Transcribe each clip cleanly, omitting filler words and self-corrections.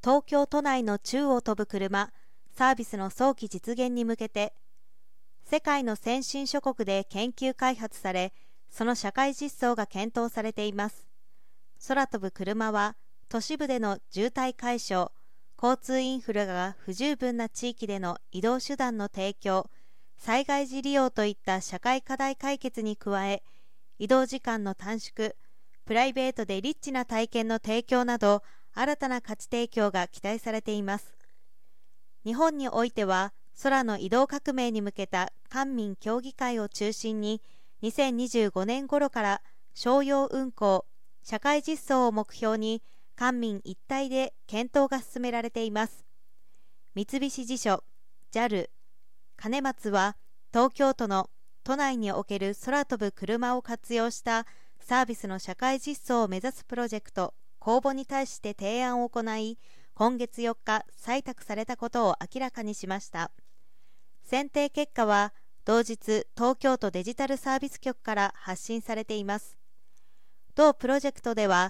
東京都内の宙を飛ぶ車サービスの早期実現に向けて、世界の先進諸国で研究開発され、その社会実装が検討されています。空飛ぶ車は都市部での渋滞解消、交通インフラが不十分な地域での移動手段の提供、災害時利用といった社会課題解決に加え、移動時間の短縮、プライベートでリッチな体験の提供など、新たな価値提供が期待されています。日本においては、空の移動革命に向けた官民協議会を中心に、2025年頃から商用運航、社会実装を目標に、官民一体で検討が進められています。三菱地所、JAL、兼松は、東京都の都内における空飛ぶ車を活用したサービスの社会実装を目指すプロジェクト、公募に対して提案を行い、今月4日採択されたことを明らかにしました。選定結果は同日東京都デジタルサービス局から発信されています。同プロジェクトでは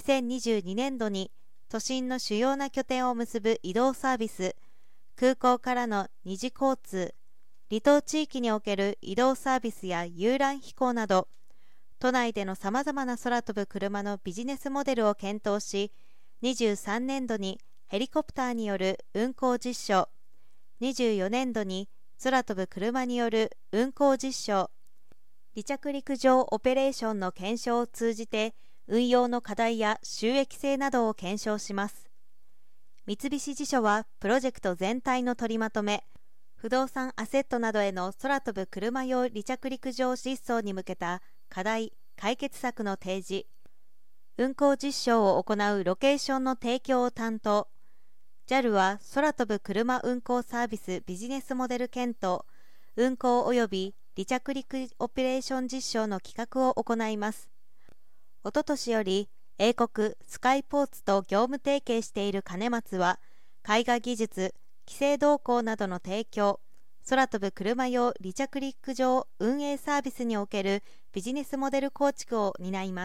2022年度に都心の主要な拠点を結ぶ移動サービス、空港からの二次交通、離島地域における移動サービスや遊覧飛行など、都内でのさまざまな空飛ぶ車のビジネスモデルを検討し、23年度にヘリコプターによる運航実証、24年度に空飛ぶ車による運航実証、離着陸場オペレーションの検証を通じて運用の課題や収益性などを検証します。三菱地所はプロジェクト全体の取りまとめ、不動産アセットなどへの空飛ぶ車用離着陸場実装に向けた課題・解決策の提示、運航実証を行うロケーションの提供を担当、JAL は空飛ぶ車運航サービスビジネスモデル検討、運航及び離着陸オペレーション実証の企画を行います。おととしより英国スカイポーツと業務提携している兼松は、絵画技術、規制動向などの提供、空飛ぶ車用離着陸場運営サービスにおけるビジネスモデル構築を担います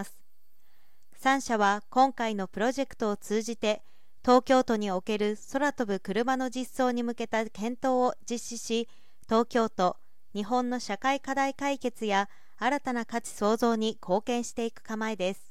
。3社は今回のプロジェクトを通じて、東京都における空飛ぶ車の実装に向けた検討を実施し、東京都、日本の社会課題解決や新たな価値創造に貢献していく構えです。